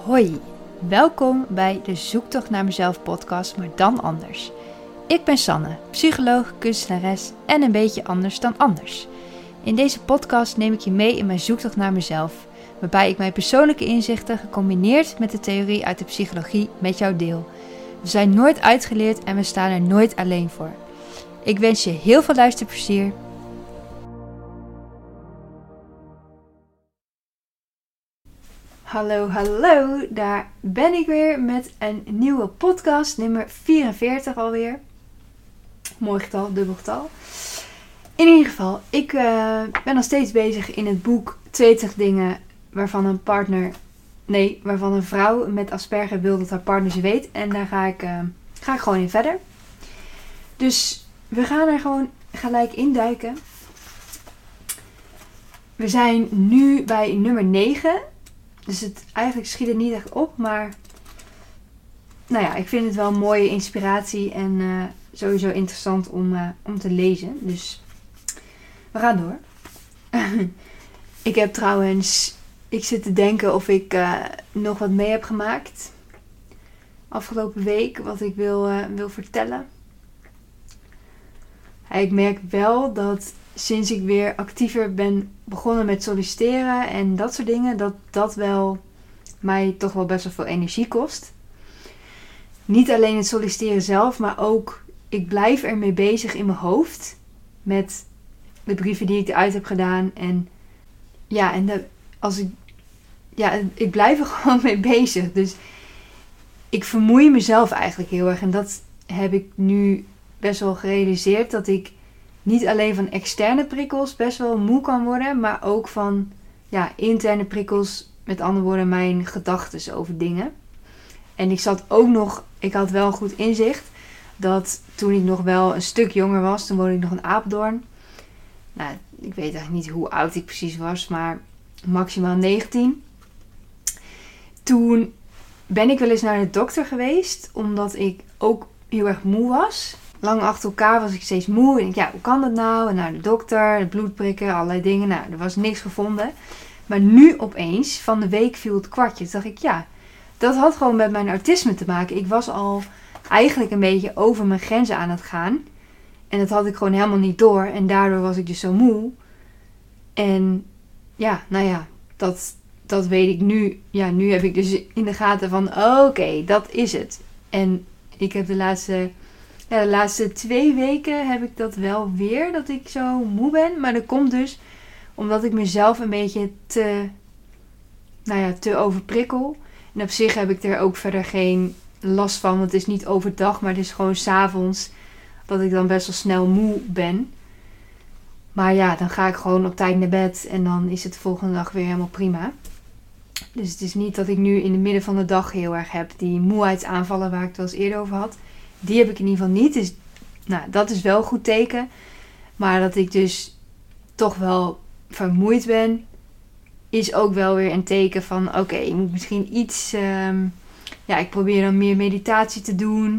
Hoi, welkom bij de Zoektocht naar mezelf podcast, maar dan anders. Ik ben Sanne, psycholoog, kunstenares en een beetje anders dan anders. In deze podcast neem ik je mee in mijn zoektocht naar mezelf, waarbij ik mijn persoonlijke inzichten gecombineerd met de theorie uit de psychologie met jou deel. We zijn nooit uitgeleerd en we staan er nooit alleen voor. Ik wens je heel veel luisterplezier. Hallo, daar ben ik weer met een nieuwe podcast, nummer 44 alweer. Mooi getal, dubbel getal. In ieder geval, ik ben nog steeds bezig in het boek 22 dingen waarvan een vrouw met Asperger wil dat haar partner ze weet. En daar ga ik gewoon in verder. Dus we gaan er gewoon gelijk induiken. We zijn nu bij nummer 9. Dus eigenlijk schiet het niet echt op, maar ik vind het wel een mooie inspiratie en sowieso interessant om te lezen. Dus we gaan door. Ik zit te denken of ik nog wat mee heb gemaakt afgelopen week, wat ik wil vertellen. Ik merk wel dat sinds ik weer actiever ben begonnen met solliciteren en dat soort dingen, dat wel mij toch wel best wel veel energie kost. Niet alleen het solliciteren zelf, maar ook ik blijf ermee bezig in mijn hoofd met de brieven die ik eruit heb gedaan. Ik blijf er gewoon mee bezig. Dus ik vermoei mezelf eigenlijk heel erg. En dat heb ik nu best wel gerealiseerd, dat ik niet alleen van externe prikkels best wel moe kan worden, maar ook van interne prikkels, met andere woorden mijn gedachten over dingen. En ik had wel een goed inzicht dat toen ik nog wel een stuk jonger was, toen woonde ik nog in Apeldoorn. Ik weet eigenlijk niet hoe oud ik precies was, maar maximaal 19. Toen ben ik wel eens naar de dokter geweest, omdat ik ook heel erg moe was. Lang achter elkaar was ik steeds moe. En hoe kan dat nou? En naar de dokter, de bloedprikken, allerlei dingen. Er was niks gevonden. Maar nu opeens, van de week viel het kwartje. Toen dacht ik, dat had gewoon met mijn autisme te maken. Ik was al eigenlijk een beetje over mijn grenzen aan het gaan. En dat had ik gewoon helemaal niet door. En daardoor was ik dus zo moe. En dat weet ik nu. Ja, nu heb ik dus in de gaten van, oké, dat is het. En ik heb de laatste 2 weken heb ik dat wel weer, dat ik zo moe ben. Maar dat komt dus omdat ik mezelf een beetje te overprikkel. En op zich heb ik er ook verder geen last van. Want het is niet overdag, maar het is gewoon 's avonds dat ik dan best wel snel moe ben. Maar dan ga ik gewoon op tijd naar bed en dan is het de volgende dag weer helemaal prima. Dus het is niet dat ik nu in het midden van de dag heel erg heb die moeheidsaanvallen waar ik het wel eens eerder over had. Die heb ik in ieder geval niet. Dus dat is wel een goed teken. Maar dat ik dus toch wel vermoeid ben, is ook wel weer een teken van oké, ik moet misschien iets. Ik probeer dan meer meditatie te doen.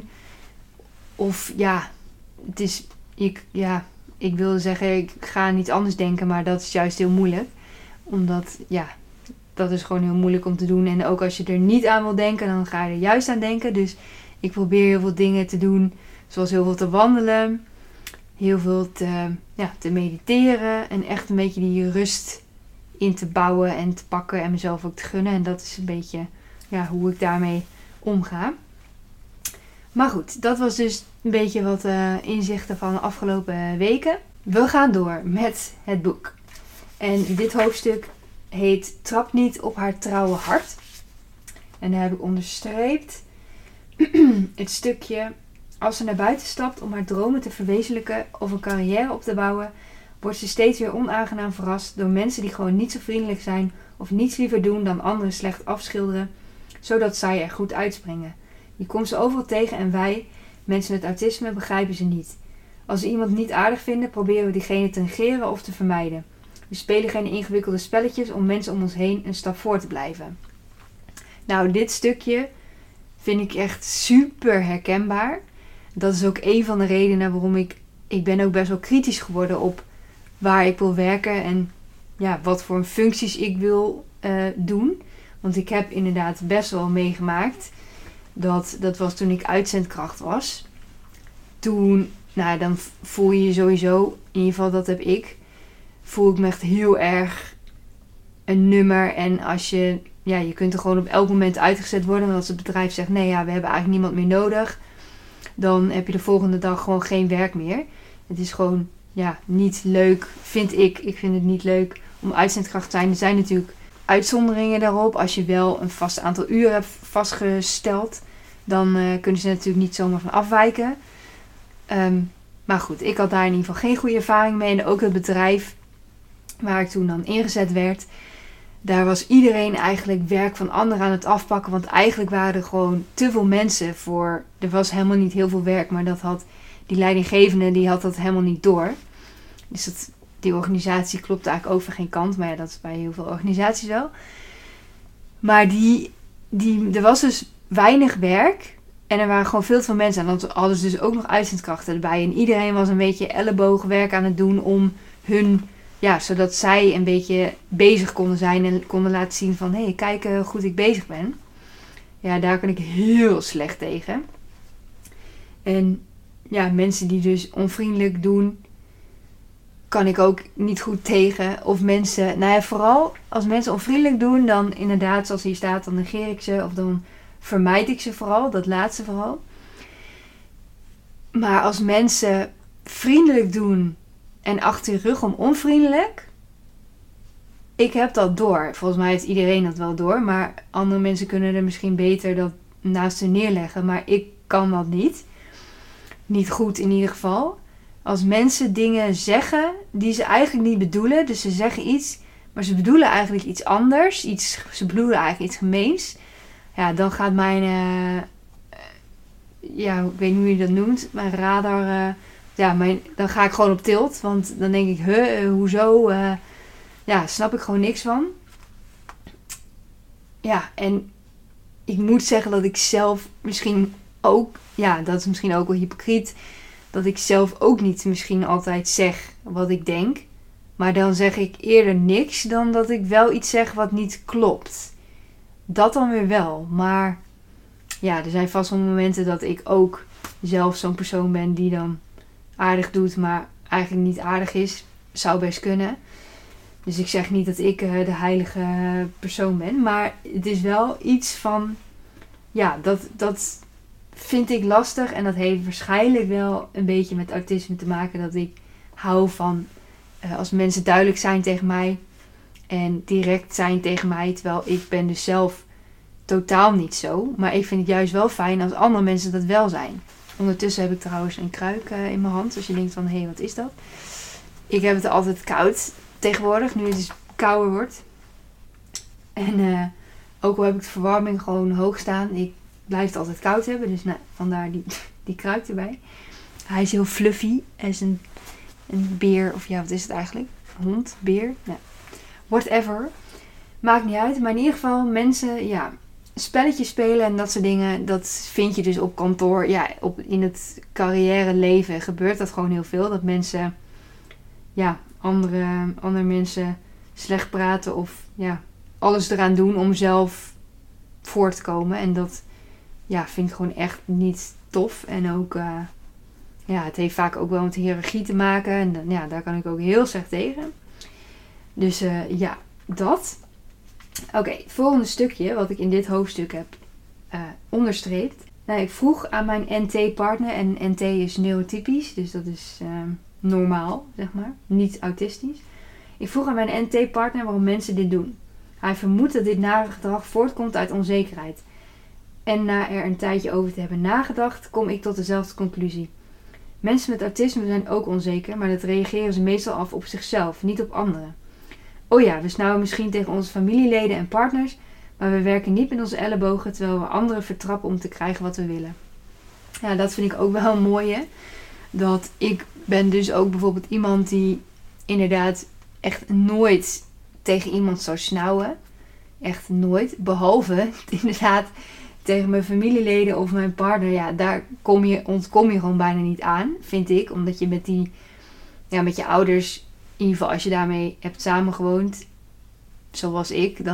Of het is. Ik wilde zeggen, ik ga niet anders denken, maar dat is juist heel moeilijk. Omdat dat is gewoon heel moeilijk om te doen. En ook als je er niet aan wil denken, dan ga je er juist aan denken. Dus ik probeer heel veel dingen te doen. Zoals heel veel te wandelen. Heel veel te mediteren. En echt een beetje die rust in te bouwen en te pakken. En mezelf ook te gunnen. En dat is een beetje hoe ik daarmee omga. Maar goed, dat was dus een beetje wat inzichten van de afgelopen weken. We gaan door met het boek. En dit hoofdstuk heet Trap niet op haar trouwe hart. En daar heb ik onderstreept het stukje: als ze naar buiten stapt om haar dromen te verwezenlijken of een carrière op te bouwen, wordt ze steeds weer onaangenaam verrast door mensen die gewoon niet zo vriendelijk zijn of niets liever doen dan anderen slecht afschilderen, zodat zij er goed uitspringen. Je komt ze overal tegen en wij, mensen met autisme, begrijpen ze niet. Als we iemand niet aardig vinden, proberen we diegene te negeren of te vermijden. We spelen geen ingewikkelde spelletjes om mensen om ons heen een stap voor te blijven. Dit stukje vind ik echt super herkenbaar. Dat is ook een van de redenen waarom ik ben ook best wel kritisch geworden op waar ik wil werken en wat voor functies ik wil doen. Want ik heb inderdaad best wel meegemaakt. Dat was toen ik uitzendkracht was. Toen, nou dan voel je sowieso, in ieder geval dat heb ik, voel ik me echt heel erg een nummer. En als je kunt er gewoon op elk moment uitgezet worden. Want als het bedrijf zegt, nee ja, we hebben eigenlijk niemand meer nodig. Dan heb je de volgende dag gewoon geen werk meer. Het is gewoon, niet leuk, vind ik. Ik vind het niet leuk om uitzendkracht te zijn. Er zijn natuurlijk uitzonderingen daarop. Als je wel een vast aantal uren hebt vastgesteld, dan kunnen ze natuurlijk niet zomaar van afwijken. Maar goed, ik had daar in ieder geval geen goede ervaring mee. En ook het bedrijf waar ik toen dan ingezet werd, daar was iedereen eigenlijk werk van anderen aan het afpakken. Want eigenlijk waren er gewoon te veel mensen voor. Er was helemaal niet heel veel werk, maar die leidinggevende die had dat helemaal niet door. Dus die organisatie klopt eigenlijk over geen kant. Maar ja, dat is bij heel veel organisaties wel. Maar er was dus weinig werk. En er waren gewoon veel te veel mensen. En dan hadden ze dus ook nog uitzendkrachten erbij. En iedereen was een beetje ellebogenwerk aan het doen om zodat zij een beetje bezig konden zijn. En konden laten zien van, hé, kijk hoe goed ik bezig ben. Ja, daar kan ik heel slecht tegen. En mensen die dus onvriendelijk doen, kan ik ook niet goed tegen. Of mensen, vooral als mensen onvriendelijk doen, dan inderdaad, zoals hier staat, dan negeer ik ze. Of dan vermijd ik ze vooral, dat laatste vooral. Maar als mensen vriendelijk doen en achter je rug om onvriendelijk, ik heb dat door. Volgens mij heeft iedereen dat wel door. Maar andere mensen kunnen er misschien beter dat naast ze neerleggen. Maar ik kan dat niet. Niet goed in ieder geval. Als mensen dingen zeggen die ze eigenlijk niet bedoelen. Dus ze zeggen iets, maar ze bedoelen eigenlijk iets anders. Ze bedoelen eigenlijk iets gemeens. Ja, dan gaat mijn, ik weet niet hoe je dat noemt. Mijn radar, dan ga ik gewoon op tilt. Want dan denk ik, hoezo? Snap ik gewoon niks van. Ja, en ik moet zeggen dat ik zelf misschien ook, dat is misschien ook wel hypocriet, dat ik zelf ook niet misschien altijd zeg wat ik denk. Maar dan zeg ik eerder niks dan dat ik wel iets zeg wat niet klopt. Dat dan weer wel. Maar er zijn vast wel momenten dat ik ook zelf zo'n persoon ben die dan aardig doet, maar eigenlijk niet aardig is. Zou best kunnen. Dus ik zeg niet dat ik de heilige persoon ben. Maar het is wel iets van, dat vind ik lastig. En dat heeft waarschijnlijk wel een beetje met autisme te maken. Dat ik hou van als mensen duidelijk zijn tegen mij. En direct zijn tegen mij. Terwijl ik ben dus zelf totaal niet zo. Maar ik vind het juist wel fijn als andere mensen dat wel zijn. Ondertussen heb ik trouwens een kruik in mijn hand. Als je denkt van, hé, wat is dat? Ik heb het altijd koud tegenwoordig. Nu het dus kouder wordt. En ook al heb ik de verwarming gewoon hoog staan. Ik blijf het altijd koud hebben. Dus vandaar die kruik erbij. Hij is heel fluffy. Hij is een beer. Of wat is het eigenlijk? Hond, beer. Whatever. Maakt niet uit. Maar in ieder geval mensen, spelletjes spelen en dat soort dingen. Dat vind je dus op kantoor. In het carrière leven gebeurt dat gewoon heel veel. Dat mensen, andere mensen slecht praten. Of alles eraan doen om zelf voor te komen. En dat vind ik gewoon echt niet tof. En ook, het heeft vaak ook wel met hiërarchie te maken. En daar kan ik ook heel slecht tegen. Dus dat. Oké, volgende stukje wat ik in dit hoofdstuk heb onderstreept. Ik vroeg aan mijn NT-partner, en NT is neurotypisch, dus dat is normaal, zeg maar, niet autistisch. Ik vroeg aan mijn NT-partner waarom mensen dit doen. Hij vermoedt dat dit nare gedrag voortkomt uit onzekerheid. En na er een tijdje over te hebben nagedacht, kom ik tot dezelfde conclusie. Mensen met autisme zijn ook onzeker, maar dat reageren ze meestal af op zichzelf, niet op anderen. Oh ja, we snauwen misschien tegen onze familieleden en partners, maar we werken niet met onze ellebogen terwijl we anderen vertrappen om te krijgen wat we willen. Ja, dat vind ik ook wel een mooie. Dat ik ben dus ook bijvoorbeeld iemand die inderdaad echt nooit tegen iemand zou snauwen. Echt nooit. Behalve inderdaad tegen mijn familieleden of mijn partner. Daar ontkom je gewoon bijna niet aan, vind ik. Omdat je met je ouders, in ieder geval als je daarmee hebt samengewoond, zoals ik, dan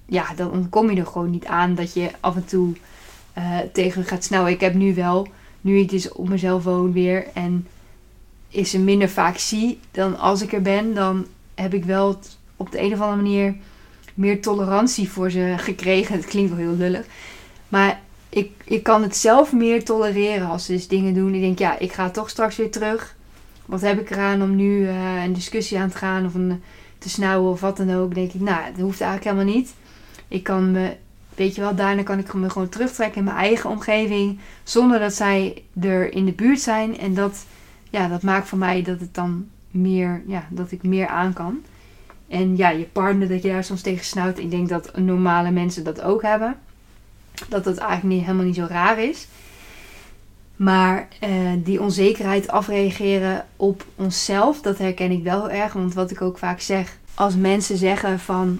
dan ontkom je er gewoon niet aan dat je af en toe tegen gaat snauwen. Ik heb nu ik dus op mezelf woon weer en is ze minder vaak zie dan als ik er ben, dan heb ik wel op de een of andere manier meer tolerantie voor ze gekregen. Het klinkt wel heel lullig. Maar ik kan het zelf meer tolereren als ze dus dingen doen. Ik denk, ik ga toch straks weer terug. Wat heb ik eraan om nu een discussie aan te gaan of te snauwen of wat dan ook. Dan denk ik, dat hoeft eigenlijk helemaal niet. Ik kan me, weet je wel, daarna kan ik me gewoon terugtrekken in mijn eigen omgeving. Zonder dat zij er in de buurt zijn. En dat maakt voor mij dat het dan meer, dat ik meer aan kan. En je partner, dat je daar soms tegen snauwt. Ik denk dat normale mensen dat ook hebben. Dat eigenlijk helemaal niet zo raar is. Maar die onzekerheid afreageren op onszelf, dat herken ik wel heel erg. Want wat ik ook vaak zeg, als mensen zeggen van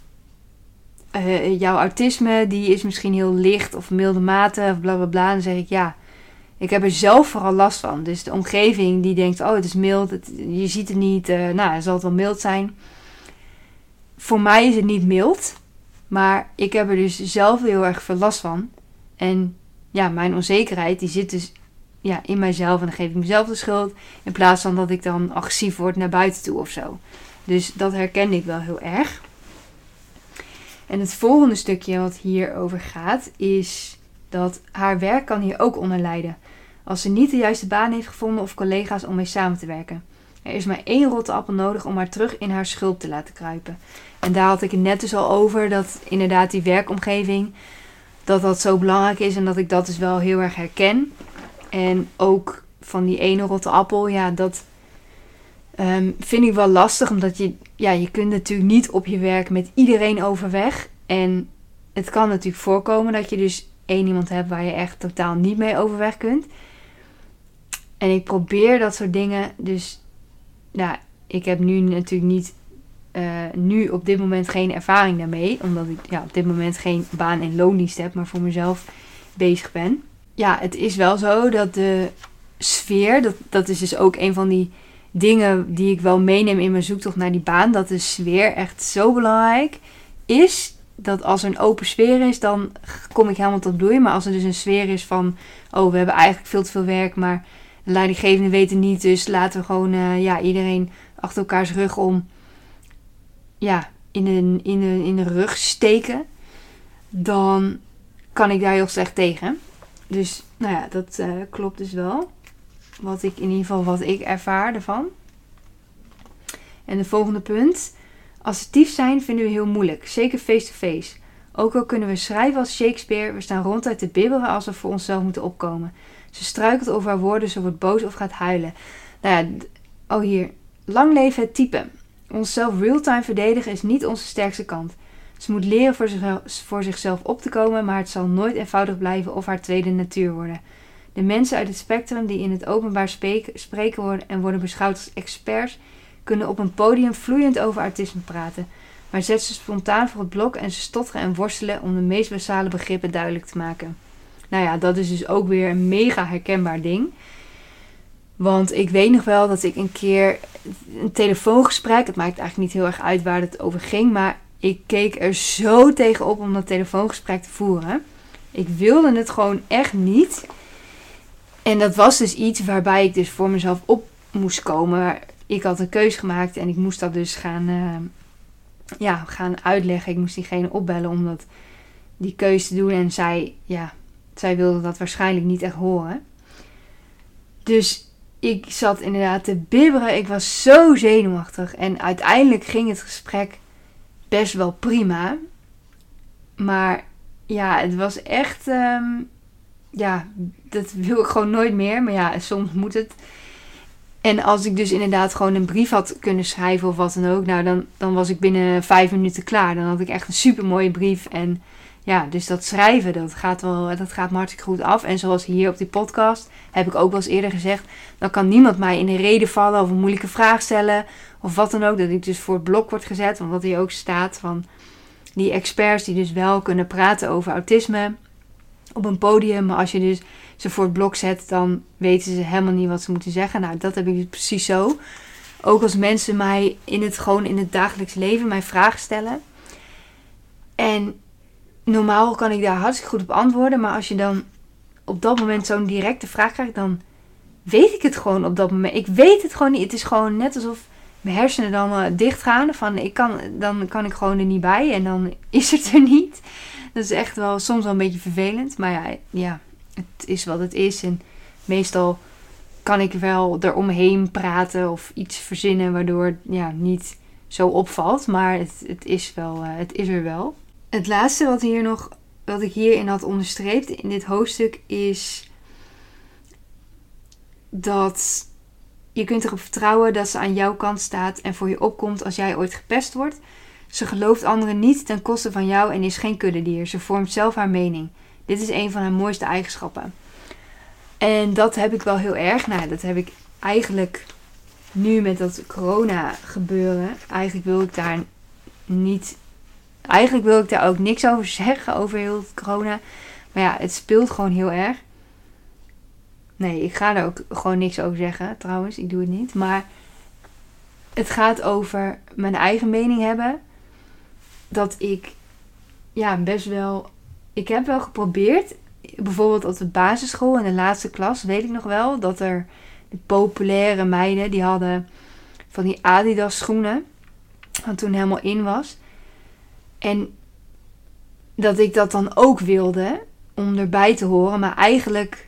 jouw autisme, die is misschien heel licht of milde mate of bla bla bla. Dan zeg ik ik heb er zelf vooral last van. Dus de omgeving die denkt, het is mild, je ziet het niet, het zal het wel mild zijn. Voor mij is het niet mild, maar ik heb er dus zelf heel erg veel last van. En mijn onzekerheid die zit dus in mijzelf en dan geef ik mezelf de schuld. In plaats van dat ik dan agressief word naar buiten toe of zo. Dus dat herken ik wel heel erg. En het volgende stukje wat hierover gaat is dat haar werk kan hier ook onder lijden. Als ze niet de juiste baan heeft gevonden of collega's om mee samen te werken. Er is maar 1 rotte appel nodig om haar terug in haar schulp te laten kruipen. En daar had ik het net dus al over, dat inderdaad die werkomgeving, dat zo belangrijk is en dat ik dat dus wel heel erg herken. En ook van die ene rotte appel, dat vind ik wel lastig, omdat je kunt natuurlijk niet op je werk met iedereen overweg. En het kan natuurlijk voorkomen dat je dus 1 iemand hebt waar je echt totaal niet mee overweg kunt. En ik probeer dat soort dingen, dus ik heb nu natuurlijk niet, nu op dit moment geen ervaring daarmee. Omdat ik op dit moment geen baan- en loondienst heb, maar voor mezelf bezig ben. Ja, het is wel zo dat de sfeer, dat is dus ook een van die dingen die ik wel meeneem in mijn zoektocht naar die baan. Dat de sfeer echt zo belangrijk is, dat als er een open sfeer is, dan kom ik helemaal tot bloeien. Maar als er dus een sfeer is van, we hebben eigenlijk veel te veel werk, maar de leidinggevenden weten niet, dus laten we gewoon iedereen achter elkaars rug om in de rug steken, dan kan ik daar heel slecht tegen. Dus dat klopt dus wel. Wat ik ervaar ervan. En de volgende punt. Assertief zijn vinden we heel moeilijk. Zeker face-to-face. Ook al kunnen we schrijven als Shakespeare. We staan ronduit te bibberen als we voor onszelf moeten opkomen. Ze struikelt over haar woorden. Ze wordt boos of gaat huilen. Hier. Lang leven het typen. Onszelf real-time verdedigen is niet onze sterkste kant. Ze moet leren voor zichzelf op te komen, maar het zal nooit eenvoudig blijven of haar tweede natuur worden. De mensen uit het spectrum die in het openbaar spreken worden en worden beschouwd als experts, kunnen op een podium vloeiend over autisme praten. Maar zet ze spontaan voor het blok en ze stotteren en worstelen om de meest basale begrippen duidelijk te maken. Dat is dus ook weer een mega herkenbaar ding. Want ik weet nog wel dat ik een keer een telefoongesprek, het maakt eigenlijk niet heel erg uit waar het over ging, maar ik keek er zo tegenop om dat telefoongesprek te voeren. Ik wilde het gewoon echt niet. En dat was dus iets waarbij ik dus voor mezelf op moest komen. Ik had een keus gemaakt en ik moest dat dus gaan uitleggen. Ik moest diegene opbellen om die keuze te doen. En zij wilde dat waarschijnlijk niet echt horen. Dus ik zat inderdaad te bibberen. Ik was zo zenuwachtig. En uiteindelijk ging het gesprek best wel prima. Maar het was echt, dat wil ik gewoon nooit meer. Maar soms moet het. En als ik dus inderdaad gewoon een brief had kunnen schrijven of wat dan ook, dan was ik binnen 5 minuten klaar. Dan had ik echt een super mooie brief. En dus dat schrijven, dat gaat me hartstikke goed af. En zoals hier op die podcast, heb ik ook wel eens eerder gezegd, dan kan niemand mij in de reden vallen of een moeilijke vraag stellen of wat dan ook. Dat ik dus voor het blok word gezet, want wat hier ook staat van die experts die dus wel kunnen praten over autisme op een podium. Maar als je dus ze voor het blok zet, dan weten ze helemaal niet wat ze moeten zeggen. Dat heb ik dus precies zo. Ook als mensen mij in het dagelijks leven mij vragen stellen. En normaal kan ik daar hartstikke goed op antwoorden. Maar als je dan op dat moment zo'n directe vraag krijgt, dan weet ik het gewoon op dat moment. Ik weet het gewoon niet. Het is gewoon net alsof mijn hersenen dan dicht gaan. Dan kan ik gewoon er niet bij. En dan is het er niet. Dat is echt wel soms wel een beetje vervelend. Maar ja, het is wat het is. En meestal kan ik wel eromheen praten of iets verzinnen waardoor het niet zo opvalt. Maar het is er wel. Het laatste wat ik hierin had onderstreept in dit hoofdstuk is dat je kunt erop vertrouwen dat ze aan jouw kant staat en voor je opkomt als jij ooit gepest wordt. Ze gelooft anderen niet ten koste van jou en is geen kuddedier. Ze vormt zelf haar mening. Dit is een van haar mooiste eigenschappen. En dat heb ik wel heel erg. Nou, dat heb ik eigenlijk nu met dat corona gebeuren. Eigenlijk wil ik daar ook niks over zeggen, over heel het corona. Maar ja, het speelt gewoon heel erg. Nee, ik ga er ook gewoon niks over zeggen, trouwens. Ik doe het niet. Maar het gaat over mijn eigen mening hebben. Dat ik best wel... Ik heb wel geprobeerd, bijvoorbeeld op de basisschool in de laatste klas, weet ik nog wel, dat er de populaire meiden, die hadden van die Adidas schoenen, wat toen helemaal in was. En dat ik dat dan ook wilde, om erbij te horen. Maar eigenlijk,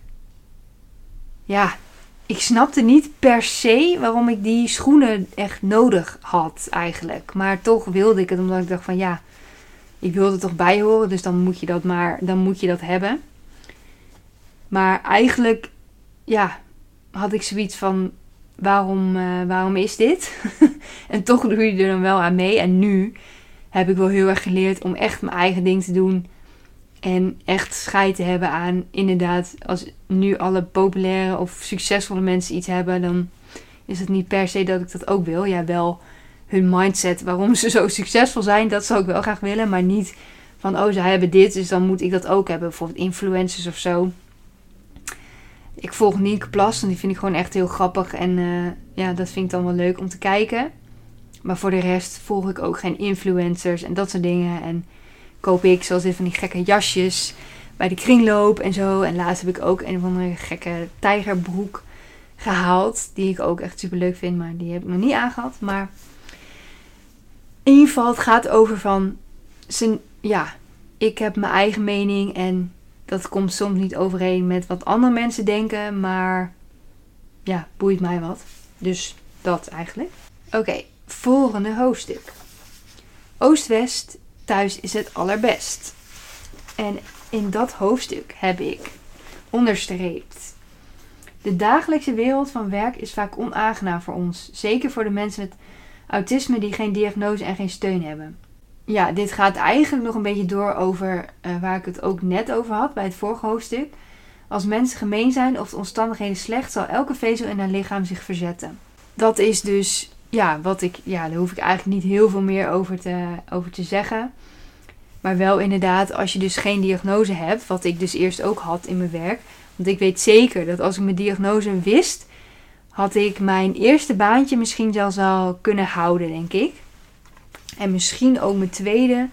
ik snapte niet per se waarom ik die schoenen echt nodig had eigenlijk. Maar toch wilde ik het, omdat ik dacht van ik wil er toch bij horen, dus dan moet je dat hebben. Maar eigenlijk, had ik zoiets van, waarom is dit? En toch doe je er dan wel aan mee. En nu heb ik wel heel erg geleerd om echt mijn eigen ding te doen. En echt scheid te hebben aan, inderdaad, als nu alle populaire of succesvolle mensen iets hebben, dan is het niet per se dat ik dat ook wil. Ja, wel hun mindset, waarom ze zo succesvol zijn, dat zou ik wel graag willen. Maar niet van, ze hebben dit, dus dan moet ik dat ook hebben. Bijvoorbeeld influencers of zo. Ik volg Nienke Plas en die vind ik gewoon echt heel grappig. En dat vind ik dan wel leuk om te kijken. Maar voor de rest volg ik ook geen influencers en dat soort dingen. En koop ik zoals dit van die gekke jasjes bij de kringloop en zo. En laatst heb ik ook een of andere gekke tijgerbroek gehaald. Die ik ook echt super leuk vind, maar die heb ik nog niet aangehad. Maar in ieder geval, het gaat over van... ik heb mijn eigen mening en dat komt soms niet overeen met wat andere mensen denken. Maar boeit mij wat. Dus dat eigenlijk. Oké, volgende hoofdstuk. Oost-West, thuis is het allerbest. En in dat hoofdstuk heb ik onderstreept: de dagelijkse wereld van werk is vaak onaangenaam voor ons. Zeker voor de mensen met autisme die geen diagnose en geen steun hebben. Ja, dit gaat eigenlijk nog een beetje door over waar ik het ook net over had bij het vorige hoofdstuk. Als mensen gemeen zijn of de omstandigheden slecht, zal elke vezel in haar lichaam zich verzetten. Dat is dus, daar hoef ik eigenlijk niet heel veel meer over te zeggen. Maar wel inderdaad, als je dus geen diagnose hebt, wat ik dus eerst ook had in mijn werk. Want ik weet zeker dat als ik mijn diagnose wist, had ik mijn eerste baantje misschien zelfs al kunnen houden, denk ik. En misschien ook mijn tweede,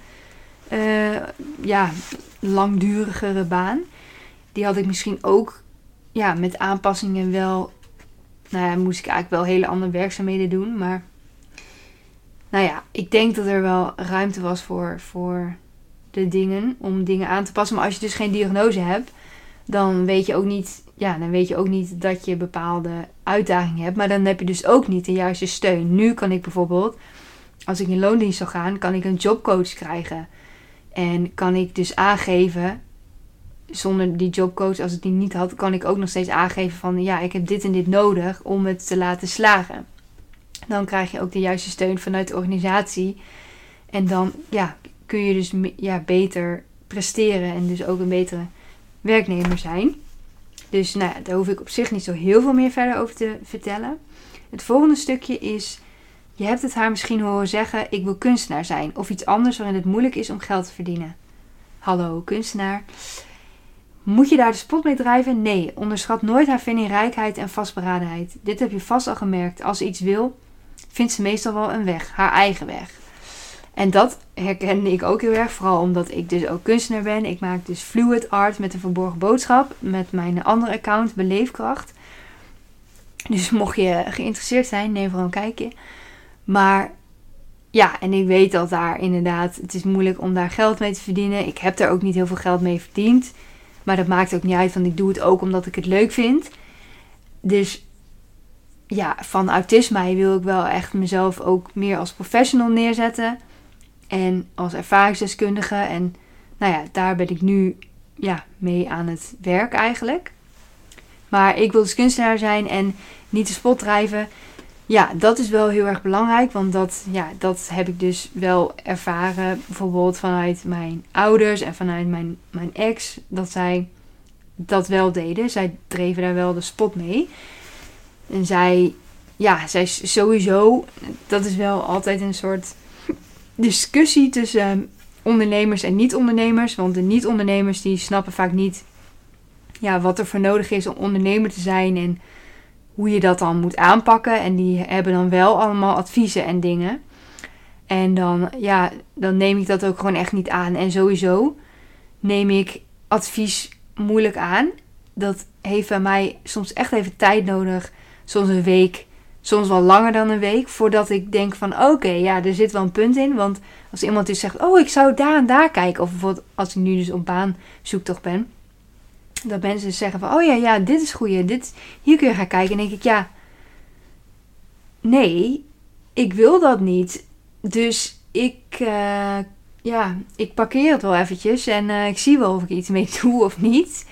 langdurigere baan. Die had ik misschien ook, met aanpassingen wel, moest ik eigenlijk wel hele andere werkzaamheden doen. Maar, ik denk dat er wel ruimte was voor de dingen, om dingen aan te passen. Maar als je dus geen diagnose hebt, dan weet je ook niet dat je bepaalde uitdagingen hebt. Maar dan heb je dus ook niet de juiste steun. Nu kan ik bijvoorbeeld, als ik in loondienst zou gaan, kan ik een jobcoach krijgen. En kan ik dus aangeven, zonder die jobcoach, als ik die niet had, kan ik ook nog steeds aangeven van, ik heb dit en dit nodig om het te laten slagen. Dan krijg je ook de juiste steun vanuit de organisatie. En dan, kun je dus beter presteren en dus ook een betere werknemer zijn. Dus daar hoef ik op zich niet zo heel veel meer verder over te vertellen. Het volgende stukje is: je hebt het haar misschien horen zeggen, ik wil kunstenaar zijn. Of iets anders waarin het moeilijk is om geld te verdienen. Hallo, kunstenaar. Moet je daar de spot mee drijven? Nee, onderschat nooit haar vindingrijkheid en vastberadenheid. Dit heb je vast al gemerkt. Als ze iets wil, vindt ze meestal wel een weg. Haar eigen weg. En dat herkende ik ook heel erg. Vooral omdat ik dus ook kunstenaar ben. Ik maak dus fluid art met een verborgen boodschap. Met mijn andere account, Beleefkracht. Dus mocht je geïnteresseerd zijn, neem vooral een kijkje. Maar ja, en ik weet dat daar inderdaad, het is moeilijk om daar geld mee te verdienen. Ik heb daar ook niet heel veel geld mee verdiend. Maar dat maakt ook niet uit, want ik doe het ook omdat ik het leuk vind. Dus ja, vanuit autisme wil ik wel echt mezelf ook meer als professional neerzetten. En als ervaringsdeskundige. En nou ja, daar ben ik nu mee aan het werk eigenlijk. Maar ik wil dus kunstenaar zijn en niet de spot drijven. Ja, dat is wel heel erg belangrijk. Want dat heb ik dus wel ervaren. Bijvoorbeeld vanuit mijn ouders en vanuit mijn ex. Dat zij dat wel deden. Zij dreven daar wel de spot mee. En zij sowieso. Dat is wel altijd een soort discussie tussen ondernemers en niet-ondernemers. Want de niet-ondernemers die snappen vaak niet wat er voor nodig is om ondernemer te zijn. En hoe je dat dan moet aanpakken. En die hebben dan wel allemaal adviezen en dingen. En dan neem ik dat ook gewoon echt niet aan. En sowieso neem ik advies moeilijk aan. Dat heeft bij mij soms echt even tijd nodig. Soms een week, soms wel langer dan een week. Voordat ik denk van oké, er zit wel een punt in. Want als iemand dus zegt, ik zou daar en daar kijken. Of bijvoorbeeld als ik nu dus op baanzoektocht ben. Dat mensen dus zeggen van, dit is goeie. Hier kun je gaan kijken. En denk ik, nee, ik wil dat niet. Dus ik parkeer het wel eventjes. En ik zie wel of ik iets mee doe of niet.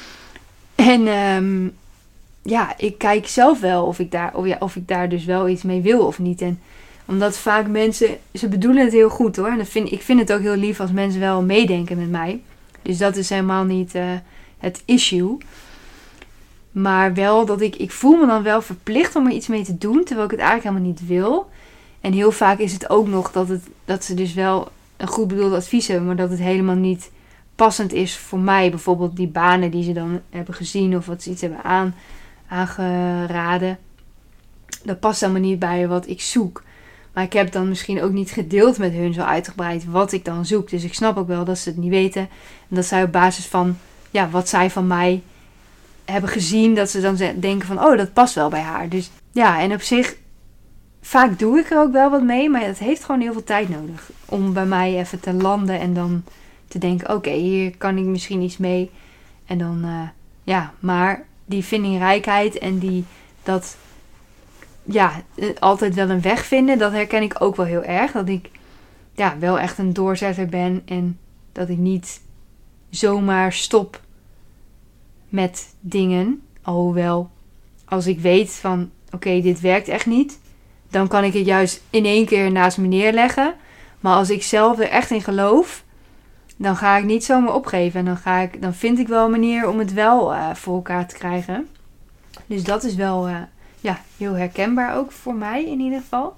En ik kijk zelf wel of ik daar dus wel iets mee wil of niet. En omdat vaak mensen, ze bedoelen het heel goed hoor. En ik vind het ook heel lief als mensen wel meedenken met mij. Dus dat is helemaal niet het issue. Maar wel dat ik voel me dan wel verplicht om er iets mee te doen. Terwijl ik het eigenlijk helemaal niet wil. En heel vaak is het ook nog dat ze dus wel een goed bedoeld advies hebben. Maar dat het helemaal niet passend is voor mij. Bijvoorbeeld die banen die ze dan hebben gezien. Of wat ze iets hebben aangeraden. Dat past helemaal niet bij wat ik zoek. Maar ik heb dan misschien ook niet gedeeld met hun zo uitgebreid wat ik dan zoek. Dus ik snap ook wel dat ze het niet weten. En dat zij op basis van wat zij van mij hebben gezien. Dat ze dan denken van dat past wel bij haar. Dus en op zich vaak doe ik er ook wel wat mee. Maar het heeft gewoon heel veel tijd nodig. Om bij mij even te landen en dan te denken oké, hier kan ik misschien iets mee. En dan maar die vindingrijkheid en dat altijd wel een weg vinden. Dat herken ik ook wel heel erg. Dat ik wel echt een doorzetter ben. En dat ik niet zomaar stop met dingen. Alhoewel, als ik weet van oké, dit werkt echt niet. Dan kan ik het juist in één keer naast me neerleggen. Maar als ik zelf er echt in geloof, dan ga ik niet zomaar opgeven. En dan vind ik wel een manier om het wel voor elkaar te krijgen. Dus dat is wel heel herkenbaar ook voor mij in ieder geval.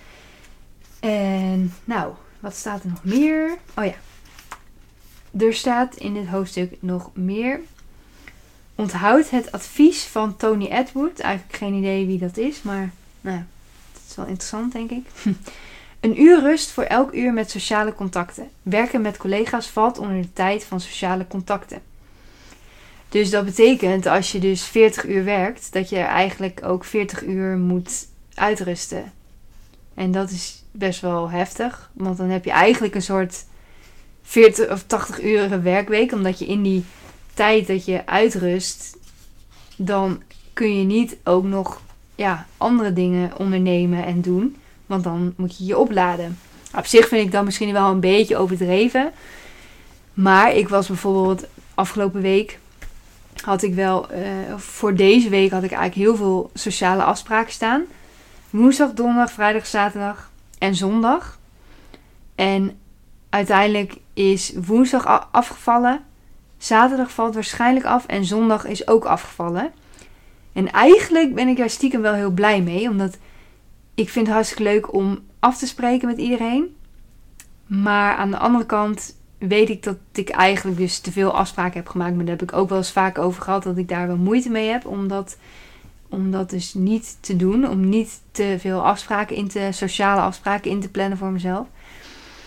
En wat staat er nog meer? Er staat in dit hoofdstuk nog meer. Onthoud het advies van Tony Edward. Eigenlijk geen idee wie dat is, maar het is wel interessant denk ik. Een uur rust voor elk uur met sociale contacten. Werken met collega's valt onder de tijd van sociale contacten. Dus dat betekent als je dus 40 uur werkt, dat je er eigenlijk ook 40 uur moet uitrusten. En dat is best wel heftig, want dan heb je eigenlijk een soort 40 of 80 uurige werkweek. Omdat je in die tijd dat je uitrust, dan kun je niet ook nog andere dingen ondernemen en doen. Want dan moet je je opladen. Op zich vind ik dat misschien wel een beetje overdreven. Maar ik was bijvoorbeeld afgelopen week had ik wel, voor deze week had ik eigenlijk heel veel sociale afspraken staan. Woensdag, donderdag, vrijdag, zaterdag en zondag. En uiteindelijk is woensdag afgevallen. Zaterdag valt waarschijnlijk af en zondag is ook afgevallen. En eigenlijk ben ik daar stiekem wel heel blij mee. Omdat ik vind het hartstikke leuk om af te spreken met iedereen. Maar aan de andere kant weet ik dat ik eigenlijk dus te veel afspraken heb gemaakt. Maar daar heb ik ook wel eens vaak over gehad dat ik daar wel moeite mee heb. Om dat dus niet te doen. Om niet te veel sociale afspraken in te plannen voor mezelf.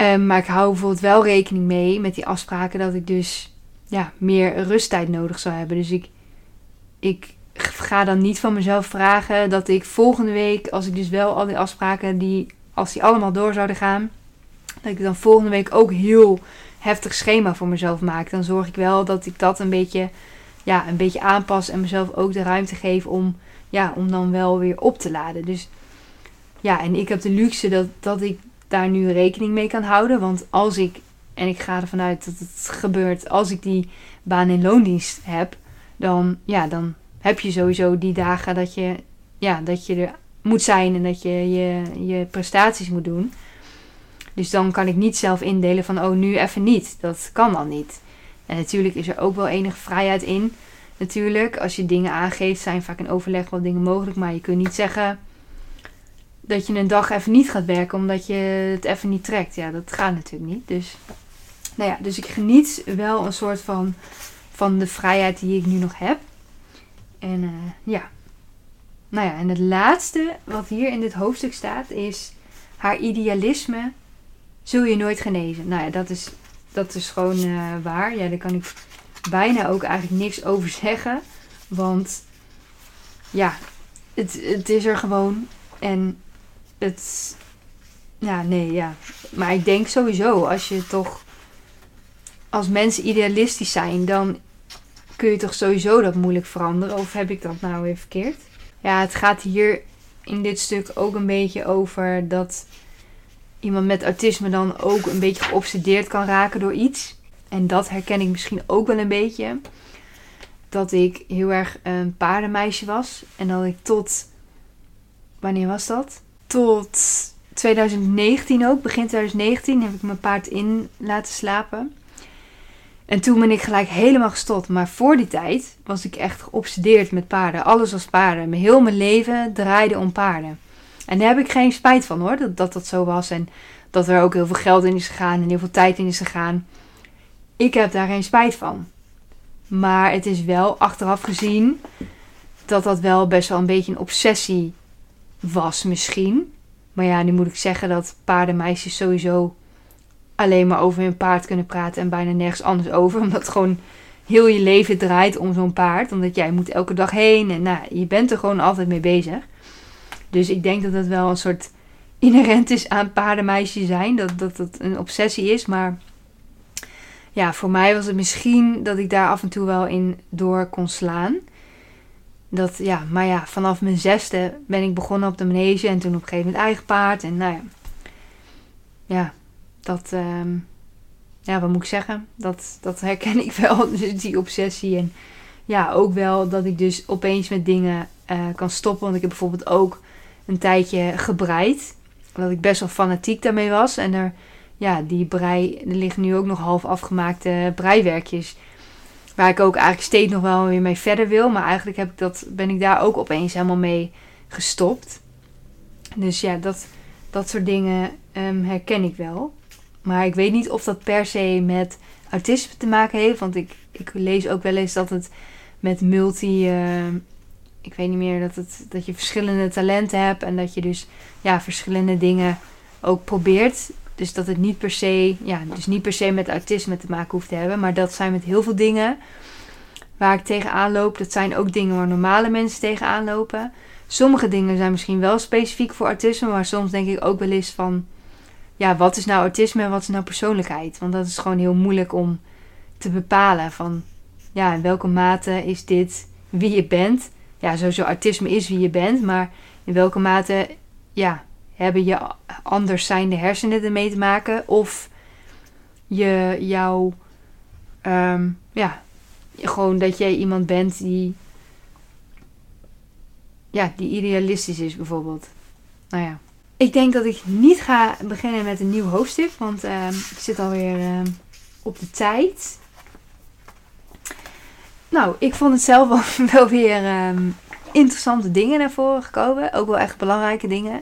Maar ik hou bijvoorbeeld wel rekening mee met die afspraken dat ik dus meer rusttijd nodig zou hebben. Dus ik ga dan niet van mezelf vragen dat ik volgende week, als ik dus wel al die afspraken, als die allemaal door zouden gaan, dat ik dan volgende week ook heel heftig schema voor mezelf maak. Dan zorg ik wel dat ik dat een beetje aanpas en mezelf ook de ruimte geef om dan wel weer op te laden. Dus en ik heb de luxe dat ik daar nu rekening mee kan houden. Want en ik ga ervan uit dat het gebeurt, als ik die baan in loondienst heb, dan heb je sowieso die dagen dat je er moet zijn en dat je prestaties moet doen. Dus dan kan ik niet zelf indelen van nu even niet. Dat kan dan niet. En natuurlijk is er ook wel enige vrijheid in. Natuurlijk, als je dingen aangeeft, zijn vaak in overleg wel dingen mogelijk. Maar je kunt niet zeggen dat je een dag even niet gaat werken omdat je het even niet trekt. Ja, dat gaat natuurlijk niet. Dus, dus ik geniet wel een soort van de vrijheid die ik nu nog heb. En en het laatste wat hier in dit hoofdstuk staat is: haar idealisme zul je nooit genezen. Nou ja, dat is gewoon waar. Ja, daar kan ik bijna ook eigenlijk niks over zeggen. Want het is er gewoon. En maar ik denk sowieso, als mensen idealistisch zijn, dan kun je toch sowieso dat moeilijk veranderen. Of heb ik dat nou weer verkeerd? Ja, het gaat hier in dit stuk ook een beetje over dat iemand met autisme dan ook een beetje geobsedeerd kan raken door iets. En dat herken ik misschien ook wel een beetje. Dat ik heel erg een paardenmeisje was. En dat ik wanneer was dat? Tot 2019 ook. Begin 2019 heb ik mijn paard in laten slapen. En toen ben ik gelijk helemaal gestopt. Maar voor die tijd was ik echt geobsedeerd met paarden. Alles was paarden. Heel mijn leven draaide om paarden. En daar heb ik geen spijt van hoor. Dat zo was. En dat er ook heel veel geld in is gegaan. En heel veel tijd in is gegaan. Ik heb daar geen spijt van. Maar het is wel achteraf gezien dat wel best wel een beetje een obsessie was misschien. Maar ja, nu moet ik zeggen dat paardenmeisjes sowieso alleen maar over hun paard kunnen praten en bijna nergens anders over. Omdat gewoon heel je leven draait om zo'n paard. Omdat jij moet elke dag heen en je bent er gewoon altijd mee bezig. Dus ik denk dat dat wel een soort inherent is aan paardenmeisjes zijn. Dat het een obsessie is. Maar ja, voor mij was het misschien dat ik daar af en toe wel in door kon slaan. Vanaf mijn 6e ben ik begonnen op de manege. En toen op een gegeven moment eigen paard. En wat moet ik zeggen? Dat herken ik wel, dus die obsessie. En ja, ook wel dat ik dus opeens met dingen kan stoppen. Want ik heb bijvoorbeeld ook een tijdje gebreid. Dat ik best wel fanatiek daarmee was. En er liggen nu ook nog half afgemaakte breiwerkjes. Waar ik ook eigenlijk steeds nog wel weer mee verder wil. Maar eigenlijk ben ik daar ook opeens helemaal mee gestopt. Dus ja, dat soort dingen herken ik wel. Maar ik weet niet of dat per se met autisme te maken heeft. Want ik lees ook wel eens dat het met ik weet niet meer, dat je verschillende talenten hebt. En dat je dus verschillende dingen ook probeert. Dus dat het niet per se met autisme te maken hoeft te hebben. Maar dat zijn met heel veel dingen waar ik tegenaan loop. Dat zijn ook dingen waar normale mensen tegenaan lopen. Sommige dingen zijn misschien wel specifiek voor autisme. Maar soms denk ik ook wel eens van, wat is nou autisme en wat is nou persoonlijkheid? Want dat is gewoon heel moeilijk om te bepalen van, in welke mate is dit wie je bent? Ja, sowieso autisme is wie je bent. Maar in welke mate, hebben je anders zijnde hersenen ermee te maken? Of gewoon dat jij iemand bent die idealistisch is bijvoorbeeld. Nou ja. Ik denk dat ik niet ga beginnen met een nieuw hoofdstuk. Want ik zit alweer op de tijd. Nou, ik vond het zelf wel weer interessante dingen naar voren gekomen. Ook wel echt belangrijke dingen.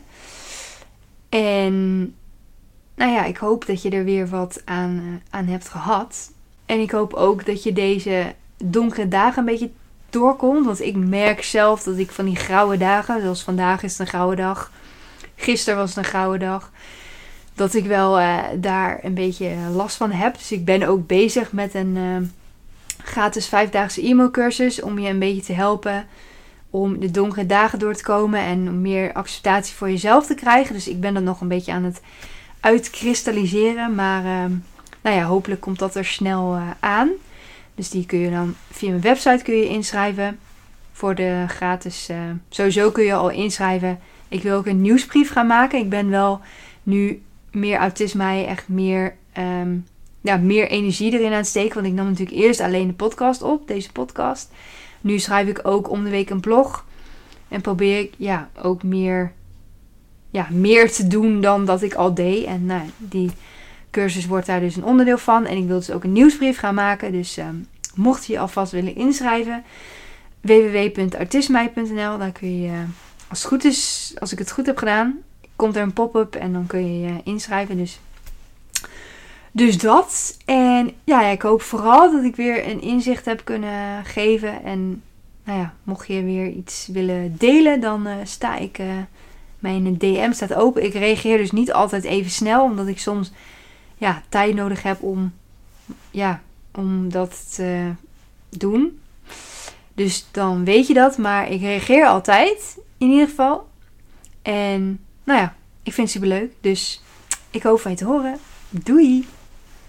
En ik hoop dat je er weer wat aan hebt gehad. En ik hoop ook dat je deze donkere dagen een beetje doorkomt. Want ik merk zelf dat ik van die grauwe dagen, zoals vandaag is het een grauwe dag. Gisteren was het een grauwe dag. dat ik wel daar een beetje last van heb. Dus ik ben ook bezig met een gratis 5-daagse e-mailcursus om je een beetje te helpen om de donkere dagen door te komen en om meer acceptatie voor jezelf te krijgen. Dus ik ben dat nog een beetje aan het uitkristalliseren. Maar hopelijk komt dat er snel aan. Dus die kun je dan via mijn website kun je inschrijven voor de gratis. Sowieso kun je al inschrijven. Ik wil ook een nieuwsbrief gaan maken. Ik ben wel nu meer autisme, echt meer energie erin aan het steken. Want ik nam natuurlijk eerst alleen de podcast op, deze podcast. Nu schrijf ik ook om de week een blog. En probeer ik ook meer te doen dan dat ik al deed. En die cursus wordt daar dus een onderdeel van. En ik wil dus ook een nieuwsbrief gaan maken. Dus mocht je je alvast willen inschrijven, www.artismei.nl. Daar kun je, als het goed is, als ik het goed heb gedaan, komt er een pop-up en dan kun je je inschrijven. Dus dat. En ik hoop vooral dat ik weer een inzicht heb kunnen geven. En mocht je weer iets willen delen, dan sta ik... mijn DM staat open. Ik reageer dus niet altijd even snel, omdat ik soms tijd nodig heb om dat te doen. Dus dan weet je dat. Maar ik reageer altijd, in ieder geval. En ik vind het super leuk. Dus ik hoop van je te horen. Doei!